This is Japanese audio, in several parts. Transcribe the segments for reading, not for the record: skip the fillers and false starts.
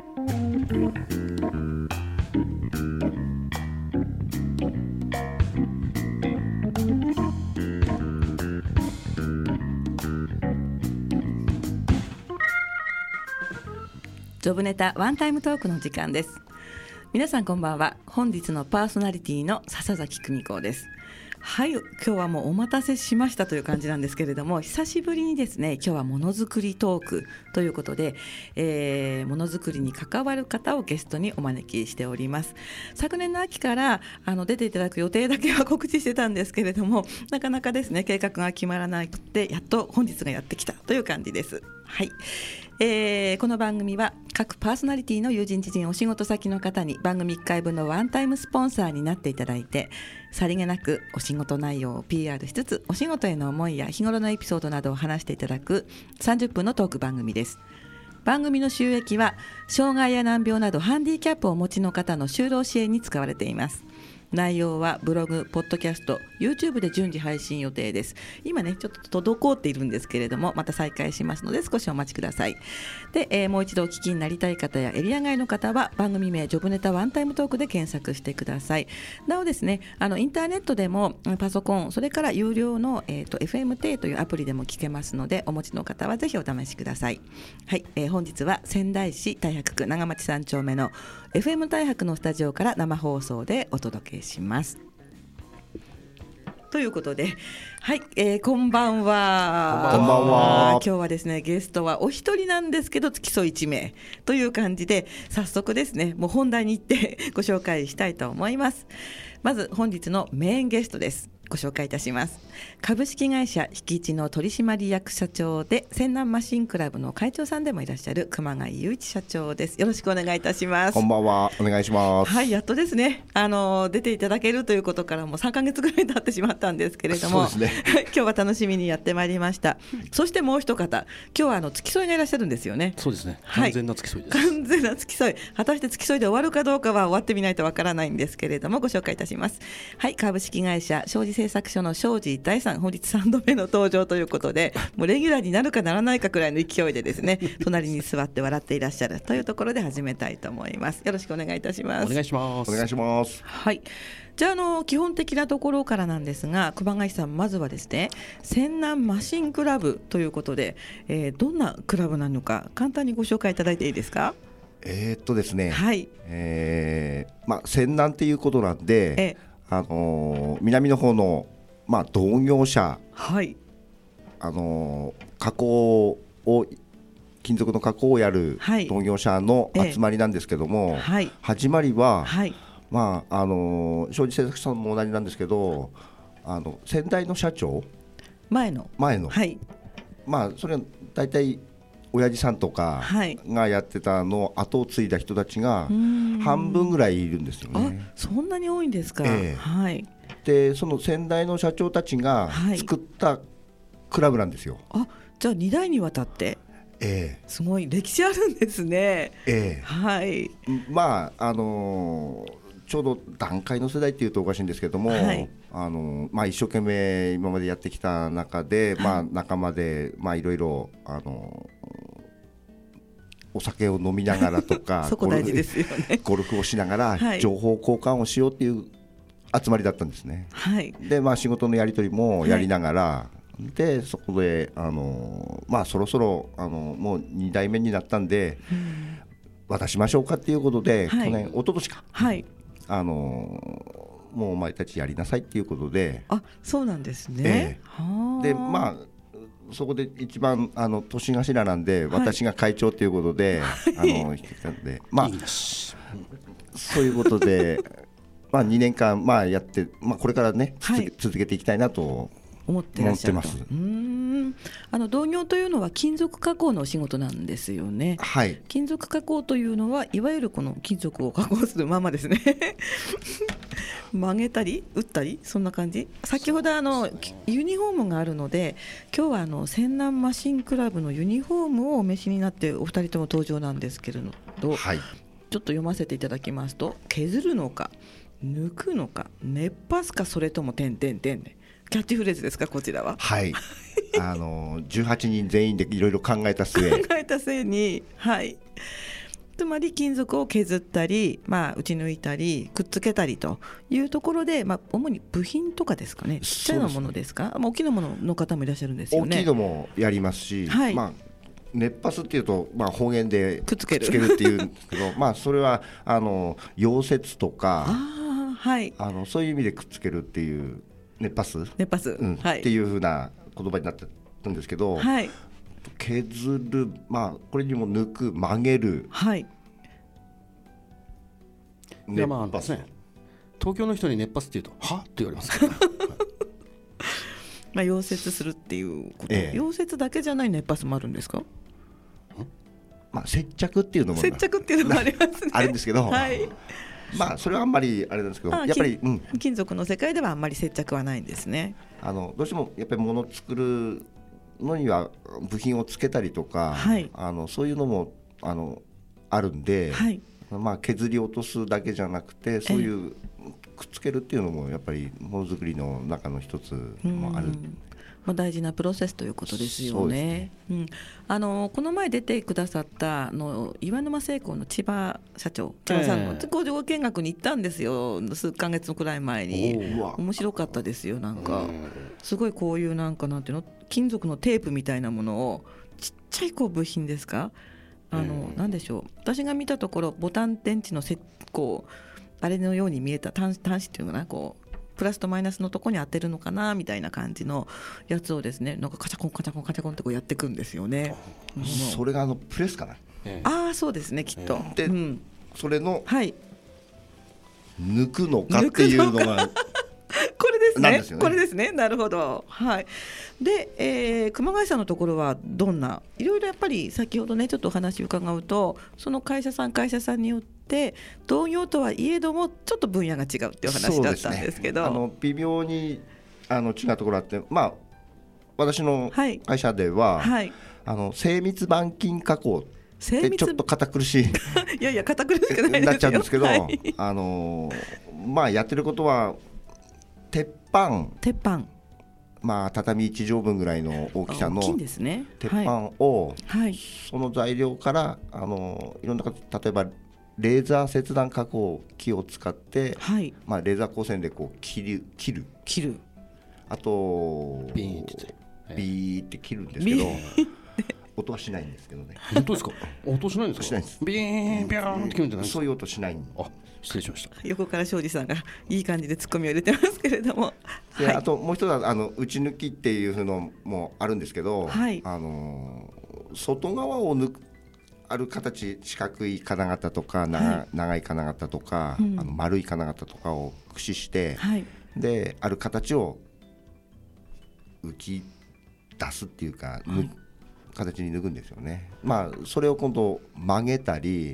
ジョブネタワンタイムトークの時間です。皆さんこんばんは。本日のパーソナリティの笹崎久美子です。はい、今日はもうお待たせしましたという感じなんですけれども、久しぶりにですね、今日はものづくりトークということで、ものづくりに関わる方をゲストにお招きしております。昨年の秋から出ていただく予定だけは告知してたんですけれども、なかなかですね計画が決まらなくて、やっと本日がやってきたという感じです。はい、この番組は各パーソナリティの友人知人お仕事先の方に番組1回分のワンタイムスポンサーになっていただいて、さりげなくお仕事内容を PR しつつ、お仕事への思いや日頃のエピソードなどを話していただく30分のトーク番組です。番組の収益は障害や難病などハンディキャップをお持ちの方の就労支援に使われています。内容はブログ、ポッドキャスト、YouTube で順次配信予定です。今ねちょっと滞っているんですけれども、また再開しますので少しお待ちください。で、もう一度お聞きになりたい方やエリア外の方は番組名ジョブネタワンタイムトークで検索してください。なおですね、インターネットでもパソコン、それから有料の、FMT というアプリでも聞けますので、お持ちの方はぜひお試しください。はい、本日は仙台市太白区長町3丁目の FM 太白のスタジオから生放送でお届けします。ということで、はい、こんばんは。 こんばんは。 今日はですねゲストはお一人なんですけど付き添い1名という感じで、早速ですねもう本題に行ってご紹介したいと思います。まず本日のメインゲストです。ご紹介いたします。株式会社引地の取締役社長で泉南マシンクラブの会長さんでもいらっしゃる熊谷雄一社長です。よろしくお願いいたします。 こんばんは、お願いします。 はい、やっとですね出ていただけるということからもう3ヶ月ぐらい経ってしまったんですけれども、 そうですね今日は楽しみにやってまいりました。そしてもう一方、今日は付き添いがいらっしゃるんですよね。 そうですね、 はい、 完全な付き添いです。 完全な付き添い、果たして付き添いで終わるかどうかは終わってみないとわからないんですけれども、ご紹介いたします。はい、株式会社庄司製作所の庄司大さん、本日3度目の登場ということで、もうレギュラーになるかならないかくらいの勢いでですね隣に座って笑っていらっしゃるというところで始めたいと思います。よろしくお願いいたします。 お願いします。 お願いします。 はい、じゃあ基本的なところからなんですが、熊谷さん、まずはですね泉南マシンクラブということで、どんなクラブなのか簡単にご紹介いただいていいですか。 ですね、 はい、 泉南っていうことなんで、南の方の、同業者、 はい、 加工を金属の加工をやるはい同業者の集まりなんですけども、 はい、 始まりは、 はい、 庄司製作所も同じなんですけど、先代の社長前の、はい、 それは大体親父さんとかがやってたのを後を継いだ人たちが半分ぐらいいるんですよね。 あ、そんなに多いんですか。はい、 でその先代の社長たちが作ったクラブなんですよ。 あ、じゃあ2代にわたって、すごい歴史あるんですね。はい、 ちょうど団塊の世代っていうとおかしいんですけども、はい、一生懸命今までやってきた中で、仲間でいろいろお酒を飲みながらとかそこ大事ですよね。 ゴルフをしながら情報交換をしようっていう集まりだったんですね。 はい、 で仕事のやり取りもやりながら、でそこでそろそろもう2代目になったんで、渡しましょうかっていうことで、去年一昨年か、もうお前たちやりなさいっていうことで。 あ、そうなんですね。 でそこで一番年頭なんで、私が会長ということで、引きたんで、そういうことで2年間やって、これからね、続けていきたいなと思ってます。 同業というのは金属加工のお仕事なんですよね。 はい、 金属加工というのはいわゆるこの金属を加工するままですね曲げたり打ったり、そんな感じ。先ほどユニフォームがあるので、今日は泉南マシンクラブのユニフォームをお召しになってお二人とも登場なんですけれど、 はい、 ちょっと読ませていただきますと、削るのか抜くのか熱波すか、それとも点々点でキャッチフレーズですか、こちらは。 はい、18人全員でいろいろ考えた末に、はい、 つまり金属を削ったり、打ち抜いたりくっつけたりというところで、主に部品とかですかね。ちっちゃいものですか。大きなものの方もいらっしゃるんですよね。 大きいのもやりますし、 はい、 熱パスっていうと、方言でくっつけるっていうんですけどそれは溶接とか、 はい、 そういう意味でくっつけるっていう熱パス、はい、っていう風な言葉になってるんですけど、はい、削る、これにも抜く、曲げる、 はい、 熱パス、東京の人に熱パスって言うとはって言われますから、 溶接するっていうこと、溶接だけじゃない熱パスもあるんですか。 接着っていうのもありますね。 あるんですけど、 はい、 それはあんまりあれなんですけど、やっぱり、 金属の世界ではあんまり接着はないんですね。 どうしてもやっぱり物を作るのには部品をつけたりとか、はい、そういうのもあるんで、はい、削り落とすだけじゃなくて、そういうくっつけるっていうのもやっぱりものづくりの中の一つもある。 大事なプロセスということですよね。この前出てくださった岩沼製鋼の千葉社長、千葉さんの工場見学に行ったんですよ、数ヶ月くらい前に。面白かったですよ。なんかすごいこういうなんていうの、金属のテープみたいなものを、ちっちゃい部品ですか、なんでしょう、私が見たところボタン電池のあれのように見えた端子っていうのかな、プラスとマイナスのところに当てるのかなみたいな感じのやつをですね、なんかカチャコンカチャコンカチャコンってやっていくんですよね。 それがプレスかな。 そうですね、きっと。 で、それの、はい、抜くのかっていうのがこれですね。これですね。なるほど。はい。で、熊谷さんのところはどんな、いろいろやっぱり先ほどねちょっとお話を伺うと、その会社さんによって同業とはいえどもちょっと分野が違うっていう話だったんですけど、 微妙に違うところあって、私の会社では、はい、精密板金加工ってちょっと堅苦しいいや堅苦しくないですよなっちゃうんですけど、はい、やってることは鉄板、畳1畳分ぐらいの大きさの鉄板を、その材料からいろんな、例えばレーザー切断加工機を使って、レーザー光線で切る、あとビーって切るんですけど音はしないんですけどね。 本当ですか。音しないんですか。 しないです。 ビーンビャーンって切るんじゃないですか。 そういう音しないんで。 失礼しました。 横から庄司さんがいい感じでツッコミを入れてますけれども、 あともう一つは打ち抜きっていうのもあるんですけど、外側をある形、四角い金型とか、長い金型とか、丸い金型とかを駆使して、である形を浮き出すっていうか、形に抜くんですよね。それを今度曲げたり、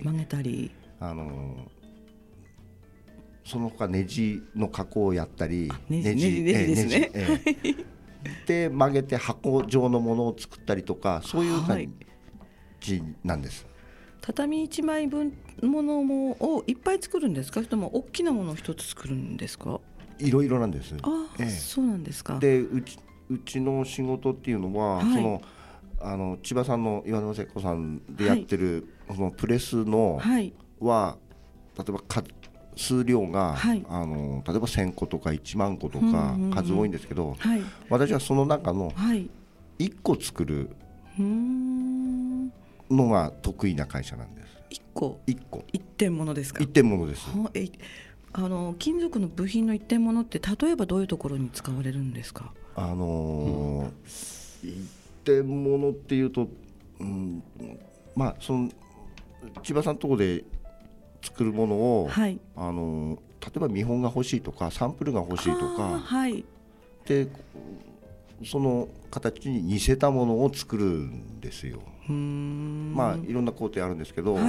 その他ネジの加工をやったり、 ネジですね。 で曲げて箱状のものを作ったりとか、そういう感じなんです。 畳1枚分ものをいっぱい作るんですか、それとも大きなものを一つ作るんですか。 いろいろなんです。 そうなんですか。 でうちの仕事っていうのは、千葉さんの岩沼製鋼さんでやってる、そのプレスのは、例えば数量が、例えば1000個とか1万個とか数多いんですけど、私はその中の1個作るのが得意な会社なんです。 1個一点物ですか。 一点物です。 金属の部品の一点物って例えばどういうところに使われるんですか。 一点物っていうと、その千葉さんのところで作るものを、例えば見本が欲しいとかサンプルが欲しいとか、でその形に似せたものを作るんですよ。いろんな工程あるんですけど、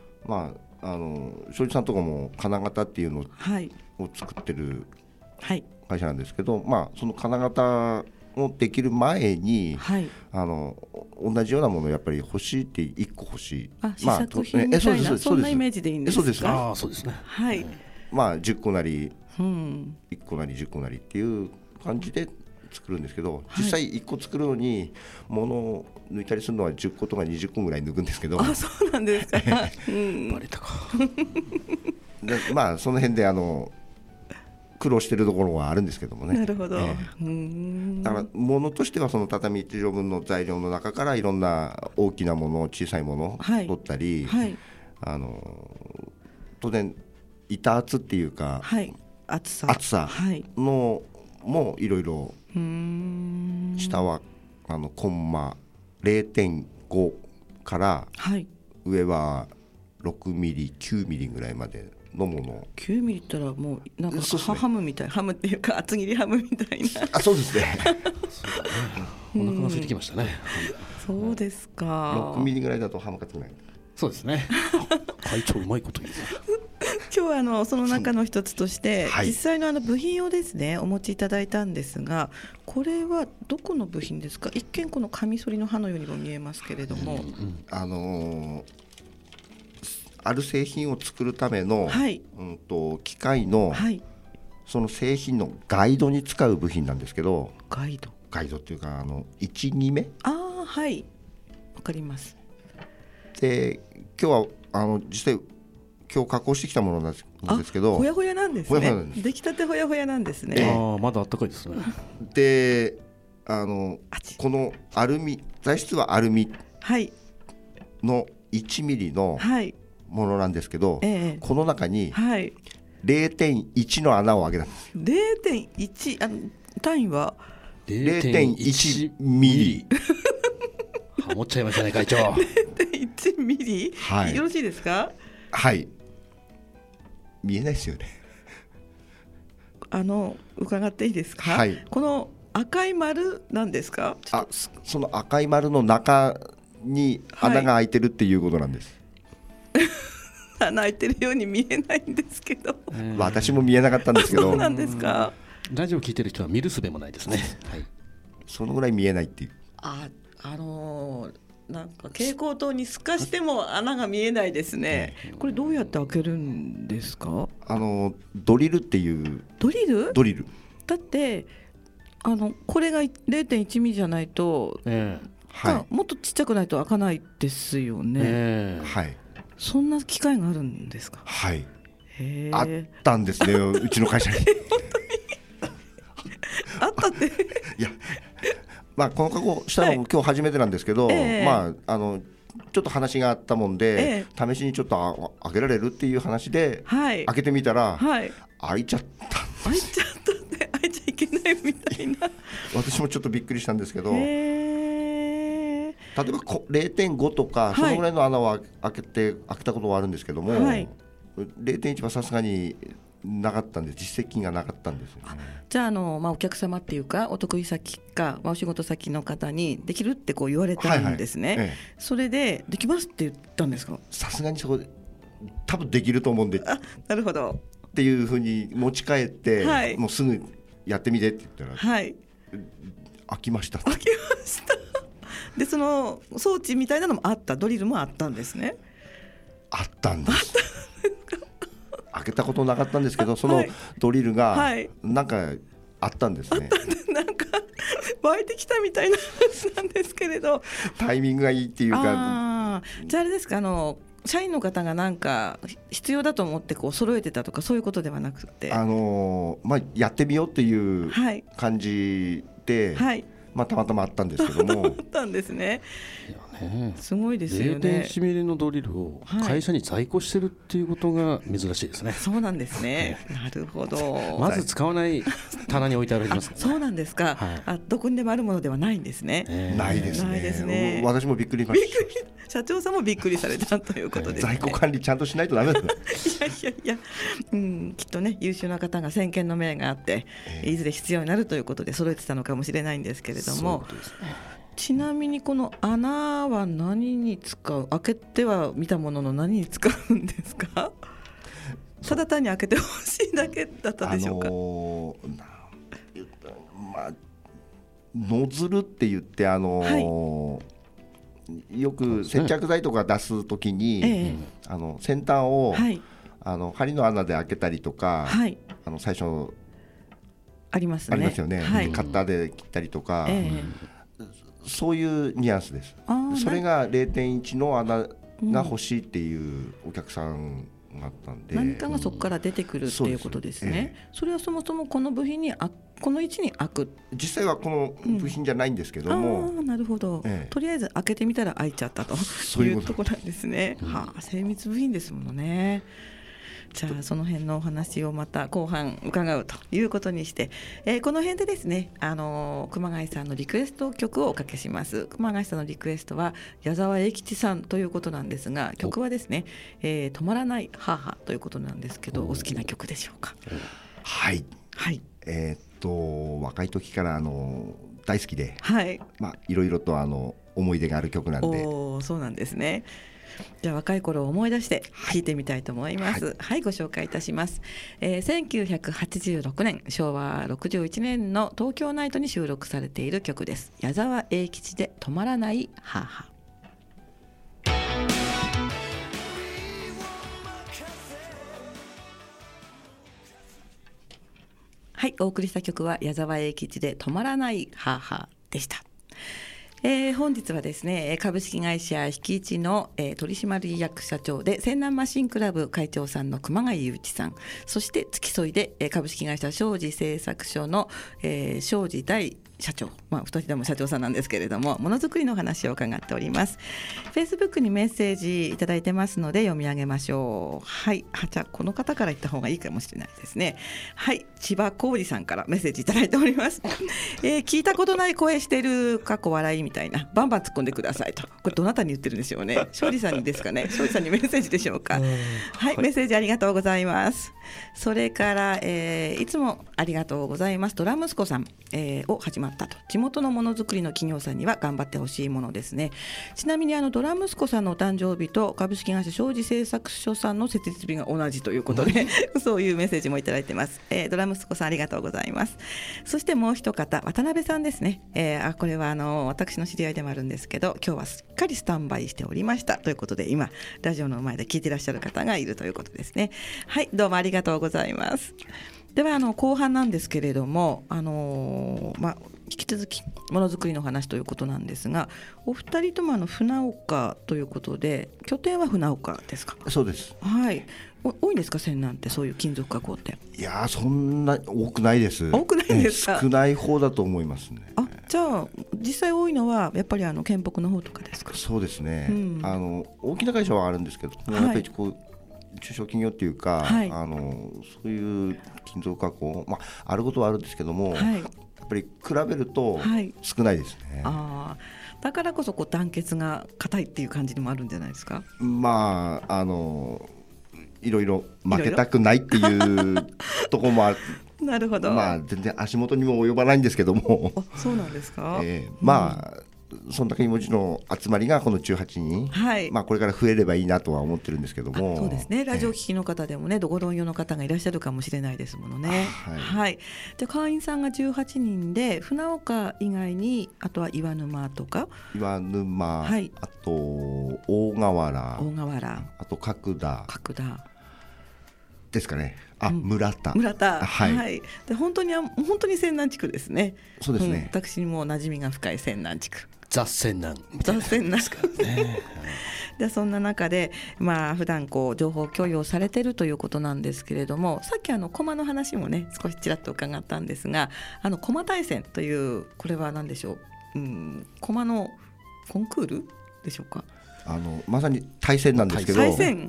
庄司さんとかも金型っていうのを作ってる会社なんですけど、その金型をできる前に、同じようなものをやっぱり欲しいって1個欲しい、 試作品みたいな、そんなイメージでいいんですか。 そうですね。 はい。 10個なり1個なり10個なりっていう感じで作るんですけど、 い実際1個作るのに物を抜いたりするのは10個とか20個ぐらい抜くんですけど、 あ、そうなんですか。 バレたか。 でまあその辺で苦労してるところはあるんですけどもね。 なるほど。 だから物としてはその畳1畳分の材料の中からいろんな大きなもの小さいものをはい取ったり、 はい当然板厚っていうか、 はい厚さはいのもいろいろ、 うーん下はコンマ 0.5 からはい上は6ミリ9ミリぐらいまでのもの。 9ミリったらもうなんかそうですねハムみたい、ハムっていうか厚切りハムみたいな。 あ、そうですねお腹が空いてきましたね。 そうですか。 6ミリぐらいだとハムカツぐらい。 そうですね。会長うまいこと言う。 今日はその中の一つとしてはい実際の部品をですねお持ちいただいたんですが、これはどこの部品ですか？一見このカミソリの刃のようにも見えますけれども、 ある製品を作るための、 はい機械の、 はいその製品のガイドに使う部品なんですけど、 ガイド、 ガイドっていうか1、2目ああはいわかります。 で、今日は実際今日加工してきたものなんですけど、 ほやほやなんですね。 ほやほやなんです。 出来たてほやほやなんですね。 ああ、まだあったかいですね。 であこのアルミ、材質はアルミはいの1ミリのはいものなんですけど、 ええこの中にはい 0.1 の穴を開けたんです。 0.1 単位は 0.1 ミリハモっちゃいましたね、会長。 0.1ミリ、 はいよろしいですか？ はい見えないですよね。 伺っていいですか？ はいこの赤い丸なんですか？ その赤い丸の中に穴が開いてるっていうことなんです、 穴開いてるように見えないんですけど、 私も見えなかったんですけど、 そうなんですか？ ラジオ聞いてる人は見るすべもないですね。はい。 そのぐらい見えないっていう。 なんか蛍光灯に透かしても穴が見えないですね。これどうやって開けるんですか？ ドリルっていうドリル？ ドリルだってこれが 0.1 ミリじゃないと、 はもっとちっちゃくないと開かないですよね。 はいそんな機械があるんですか？ はいへあったんですねうちの会社にあったっていや、まあ、この加工したのも今日初めてなんですけど、まあちょっと話があったもんで、試しにちょっと開けられるっていう話で、開けてみたら、開いちゃった開いちゃったって開いちゃいけないみたいな私もちょっとびっくりしたんですけど、例えば0.5 とかそのぐらいの穴は開けたことはあるんですけども、0.1 はさすがになかったんです。実績がなかったんですよね。 じゃあお客様っていうかお得意先か、お仕事先の方にできるってこう言われたんですね、それでできますって言ったんですか？ さすがにそこで多分できると思うんで、 なるほどっていうふうに持ち帰って、もうすぐやってみてって言ったら、開きましたでその装置みたいなのもあった、ドリルもあったんですね。 あったんです開けたことなかったんですけど、そのドリルがなんかあったんですね。 なんか湧いてきたみたいな話なんですけれど、 タイミングがいいっていうか。 じゃああれですか、社員の方がなんか必要だと思ってこう揃えてたとかそういうことではなくて、 まあ、やってみようっていう感じで、まあ、たまたまあったんですけどもあったんですね。すごいですよね。 0.1 ミリのドリルを会社に在庫してるっていうことが珍しいですね。 そうなんですね。なるほど。 まず使わない棚に置いてありますからね。 そうなんですか。どこにでもあるものではないんですね。 ないですね。私もびっくりしました。 社長さんもびっくりされたということですね。 在庫管理ちゃんとしないとダメだ。 いや、きっとね優秀な方が先見の明があって、いずれ必要になるということで揃えてたのかもしれないんですけれども。ちなみにこの穴は何に使う？開けては見たものの何に使うんですか？ただ単に開けてほしいだけだったでしょうか？ まあ、ノズルって言ってよく接着剤とか出すときに、先端を、針の穴で開けたりとか、最初ありますね。 ありますよね、 はい、 カッターで切ったりとか、そういうニュアンスです。それが 0.1 の穴が欲しいっていうお客さんがあったんで、 何かがそこから出てくるっていうことですね。それはそもそもこの部品にこの位置に開く、 実際はこの部品じゃないんですけども、 なるほど、とりあえず開けてみたら開いちゃったというところなんですね。精密部品ですものね。じゃあその辺のお話をまた後半伺うということにして、この辺でですね、熊谷さんのリクエスト曲をおかけします。熊谷さんのリクエストは矢沢永吉さんということなんですが、曲はですね、止まらない母ということなんですけど、お好きな曲でしょうか？ はい、 はい、 若い時から大好きで、 はい、 いろいろと思い出がある曲なんで。 そうなんですね。じゃあ若い頃を思い出して聴いてみたいと思います。はい、ご紹介いたします。1986年昭和61年の東京ナイトに収録されている曲です。矢沢永吉で止まらない母。はい、お送りした曲は矢沢永吉で止まらない母でした。本日はですね、株式会社引地の、取締役社長で泉南マシンクラブ会長さんの熊谷雄一さん、そして付き添いで、株式会社庄司製作所の、庄司大社長、2人とも社長さんなんですけれども、ものづくりの話を伺っております。 Facebook にメッセージいただいてますので読み上げましょう。はい、じゃあこの方から言った方がいいかもしれないですね。はい、千葉浩二さんからメッセージいただいております。聞いたことない声してる過去笑いみたいな、バンバン突っ込んでくださいと。これどなたに言ってるんでしょうね。庄司さんにですかね。庄司さんにメッセージでしょうか。はい、メッセージありがとうございます。それから、いつもありがとうございます。ドラ息子さん、を始まったと。地元のものづくりの企業さんには頑張ってほしいものですね。ちなみにドラ息子さんのお誕生日と株式会社庄司製作所さんの設立日が同じということでそういうメッセージもいただいてます。ドラ息子さんありがとうございます。そしてもう一方、渡辺さんですね。これは私の知り合いでもあるんですけど、今日はすっかりスタンバイしておりましたということで、今ラジオの前で聞いていらっしゃる方がいるということですね。はい、どうもありがとうございます。では後半なんですけれども、引き続きものづくりの話ということなんですが、お二人とも船岡ということで、拠点は船岡ですか？ そうです。 はい。多いんですか、泉南ってそういう金属加工って？ いやそんな多くないです。 多くないですか？ 少ない方だと思いますね。 じゃあ実際多いのはやっぱり建北の方とかですか？ そうですね、大きな会社はあるんですけど、やっぱり中小企業っていうか、そういう金属加工、あることはあるんですけども、やっぱり比べると少ないですね。 だからこそ団結が固いっていう感じにもあるんじゃないですか？ いろいろ負けたくないっていうところもあるなるほど。 全然足元にも及ばないんですけどもそうなんですか？ そんだけ文字の集まりがこの18人、これから増えればいいなとは思ってるんですけども。 そうですね、ラジオ聞きの方でもね、どこどんよの方がいらっしゃるかもしれないですものね。で会員さんが18人で、船岡以外にあとは岩沼とか、 岩沼、あと大河原、あと角田ですかね。村田、で本当に泉南地区ですね。 そうですね、 私にも馴染みが深い泉南地区、 ザ・泉南ですからねでそんな中で、普段情報共有をされているということなんですけれども、さっき駒の話もね少しちらっと伺ったんですが、駒大戦という、これは何でしょう、駒のコンクールでしょうか？ まさに対戦なんですけど、 対戦、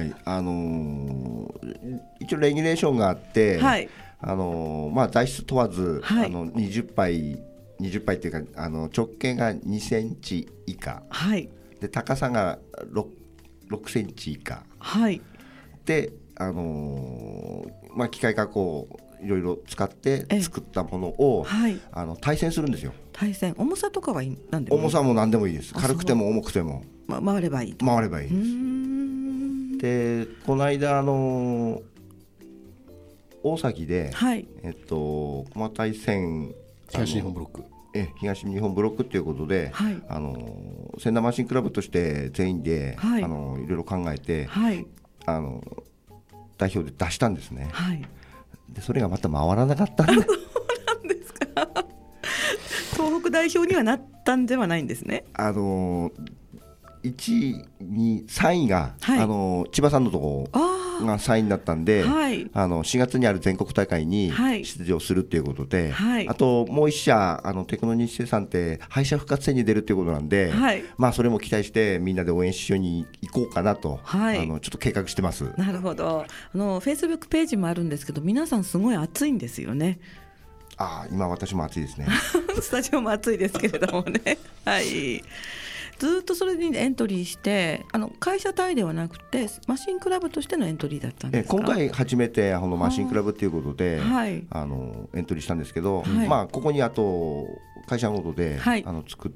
一応レギュレーションがあって、材質問わず、20杯っていうか直径が2センチ以下、で高さが 6センチ以下、で、機械加工いろいろ使って作ったものを、対戦するんですよ。 対戦、重さとかは何でもいい？ 重さも何でもいいです。軽くても重くても回ればいい。 でこの間大崎で、駒大戦東日本ブロック、 東日本ブロックということで、泉南マシンクラブとして全員で、いろいろ考えて、代表で出したんですね。でそれがまた回らなかったんで国代表にはなったんではないんですね。 1位2 3位が、 はい千葉さんのとこが3位になったんで、 はい 4月にある全国大会にはい出場するということで、 はいあともう1社テクノ日清さんって敗者復活戦に出るということなんで、 はいそれも期待してみんなで応援しに行こうかなと、 はいちょっと計画してます。 なるほど。Facebook ページもあるんですけど、皆さんすごい暑いんですよね。 今私も暑いですね。 スタジオも暑いですけれどもねはいずっとそれにエントリーして、会社単位ではなくてマシンクラブとしてのエントリーだったんですか？ 今回初めてマシンクラブということで、 はいエントリーしたんですけど、 はいここにあと会社ごとで、 はい作って、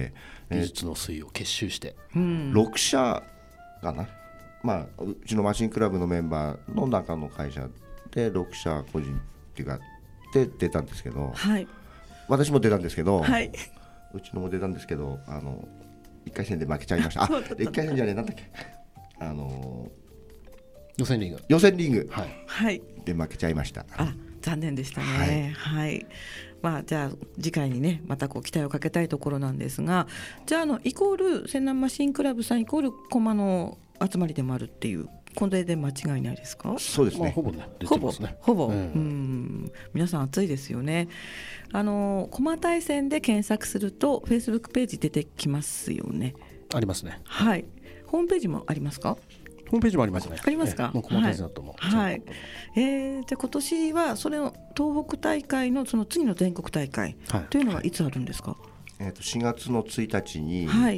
技術の推移を結集して、 6社かな、うちのマシンクラブのメンバーの中の会社で6社個人っていうかで出たんですけど、 はい私も出たんですけど、 はい、 うちのも出たんですけど1回戦で負けちゃいました。 そうだったんだ 1回戦じゃねえ、なんだっけ、 予選リーグ、 予選リーグはい、 はいで負けちゃいました。 残念でしたね。はいじゃあ次回にねまた期待をかけたいところなんですが、じゃあイコール泉南マシンクラブさんイコール駒の集まりでもあるっていうこれで間違いないですか？ そうですね、 ほぼね出てますね。 ほぼ、皆さん暑いですよね。駒大戦で検索すると Facebook ページ出てきますよね。 ありますね。 はい、ホームページもありますか？ ホームページもありますね。 ありますか？ もう細かいだと思う。 はい。じゃあ今年はそれの東北大会のその次の全国大会というのはいつあるんですか ？4月の1日に、 はい、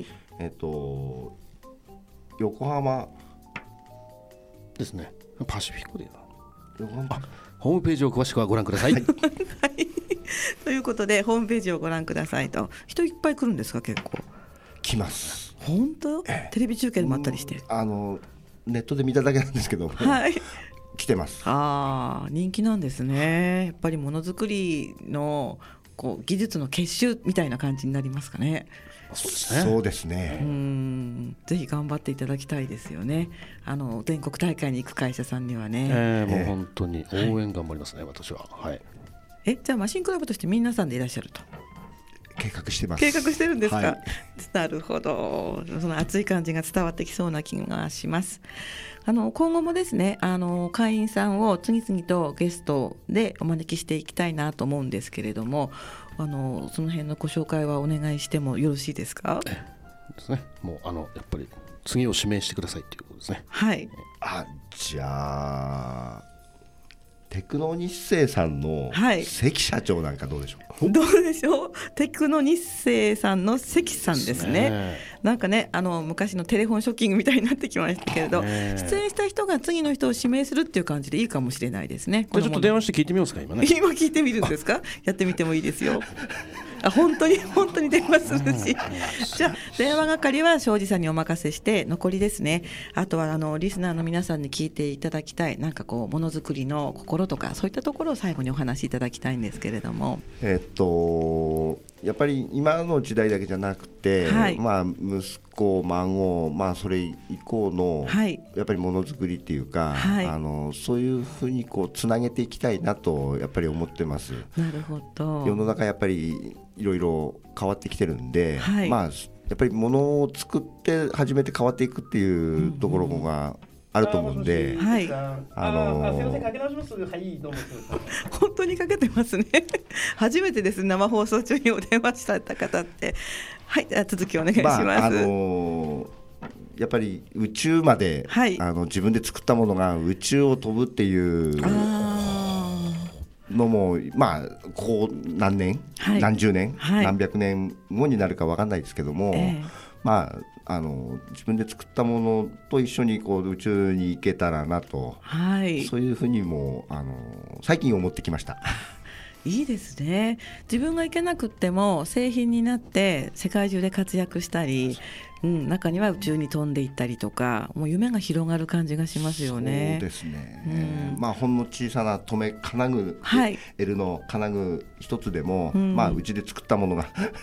横浜ですね。パシフィコで横浜ホームページを詳しくはご覧ください。 はい、ということでホームページをご覧くださいと。人いっぱい来るんですか？結構来ます。 本当？テレビ中継でもあったりして、 ネットで見ただけなんですけど、 はい、 来てます。 人気なんですね。やっぱりものづくりの技術の結集みたいな感じになりますかね。 そうですね。 ぜひ頑張っていただきたいですよね。全国大会に行く会社さんにはね、 もう本当に応援頑張りますね、私は。はい。 じゃあマシンクラブとして皆さんでいらっしゃると計画してます。 計画してるんですか？ はい、 なるほど。その熱い感じが伝わってきそうな気がします。今後もですね会員さんを次々とゲストでお招きしていきたいなと思うんですけれども、その辺のご紹介はお願いしてもよろしいですか？ ですね。もうやっぱり次を指名してくださいということですね。 はい。 じゃあテクノ日清さんの関社長なんかどうでしょう？ どうでしょう？テクノ日清さんの関さんですね。なんかね昔のテレフォンショッキングみたいになってきましたけれど、出演した人が次の人を指名するっていう感じでいいかもしれないですね。 じゃあちょっと電話して聞いてみますか今ね。 今聞いてみるんですか？やってみてもいいですよ。本当に電話するしじゃあ電話係は庄司さんにお任せして、残りですね、あとはリスナーの皆さんに聞いていただきたいなんかものづくりの心とかそういったところを最後にお話しいただきたいんですけれども、 やっぱり今の時代だけじゃなくて、息子孫、それ以降の、やっぱりものづくりっていうか、そういうふうにつなげていきたいなとやっぱり思ってます。 なるほど。 世の中やっぱりいろいろ変わってきてるんで、やっぱりものを作って初めて変わっていくっていうところがあると思うんで、 すいません、かけ直します。はい、どうも。 本当にかけてますね。初めてです、生放送中にお電話した方って。はい、続きお願いします。 やっぱり宇宙まで、自分で作ったものが宇宙を飛ぶっていうのもこう何年、何十年、何百年後になるか分かんないですけども、自分で作ったものと一緒に宇宙に行けたらなと、そういうふうにも最近思ってきました。 いいですね。自分が行けなくっても製品になって世界中で活躍したり、中には宇宙に飛んでいったりとか、もう夢が広がる感じがしますよね。 そうですね。ほんの小さな金具、L の金具一つでも、うちで作ったものが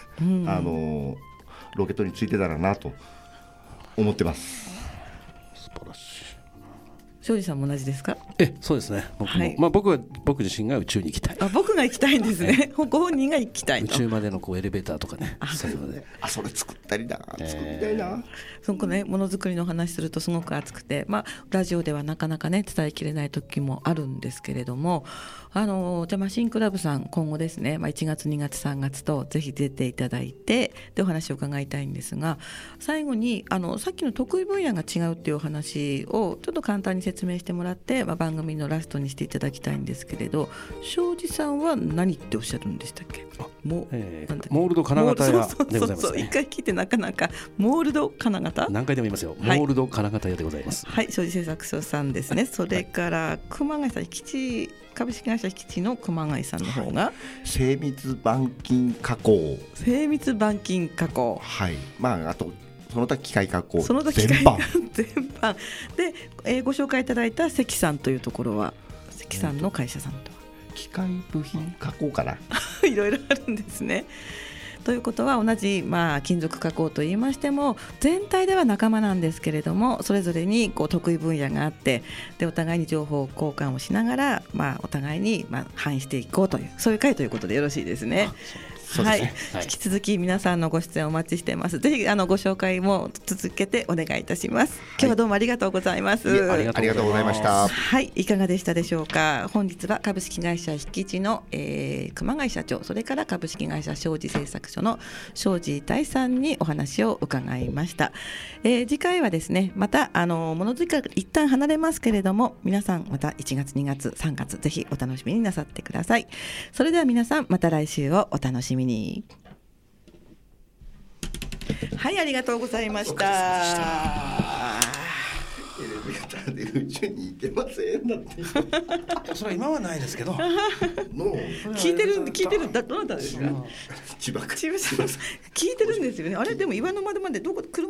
ロケットについてたらなと思ってます。 素晴らしい。 庄司さんも同じですか？ そうですね。僕も、 はい、 僕自身が宇宙に行きたい。 僕が行きたいんですね。ご本人が行きたいと。 宇宙までのエレベーターとかね。そういうので。 それ作ったりだ、作りたいな。 そこね、ものづくりの話するとすごく熱くて、ラジオではなかなかね伝えきれない時もあるんですけれども、じゃあマシンクラブさん今後ですね、1月2月3月とぜひ出ていただいてでお話を伺いたいんですが、最後にさっきの得意分野が違うっていうお話をちょっと簡単に説明してもらって、番組のラストにしていただきたいんですけれど、庄司さんは何っておっしゃるんでしたっけ？ モールド金型屋でございますね。 一回聞いてなかなかモールド金型、 何回でも言いますよ、モールド金型屋でございます。 はい、庄司製作所さんですね。それから熊谷さん、株式会社敷地の熊谷さんの方が、 精密板金加工。 精密板金加工、 はい、あとその他機械加工、 その他機械全般で、ご紹介いただいた関さんというところは関さんの会社さんとは機械部品加工かな。 いろいろあるんですね。ということは同じ、金属加工といいましても全体では仲間なんですけれども、それぞれに得意分野があって、でお互いに情報交換をしながら、お互いに反映していこうという、そういう会ということでよろしいですね。はい、引き続き皆さんのご出演お待ちしています。ぜひご紹介も続けてお願いいたします。今日はどうもありがとうございます。 ありがとうございました。 はい、いかがでしたでしょうか。本日は株式会社敷地の、熊谷社長、それから株式会社庄司製作所の庄司大さんにお話を伺いました。次回はですね、またものづくりから一旦離れますけれども、皆さんまた1月2月3月ぜひお楽しみになさってください。それでは皆さんまた来週をお楽しみに。はい、ありがとうございました。 エレベーターで宇宙に行けませんだって。 それは今はないですけど。 聞いてるどなたですか？ 千葉聞いてるんですよね。あれでも岩の間までどこ車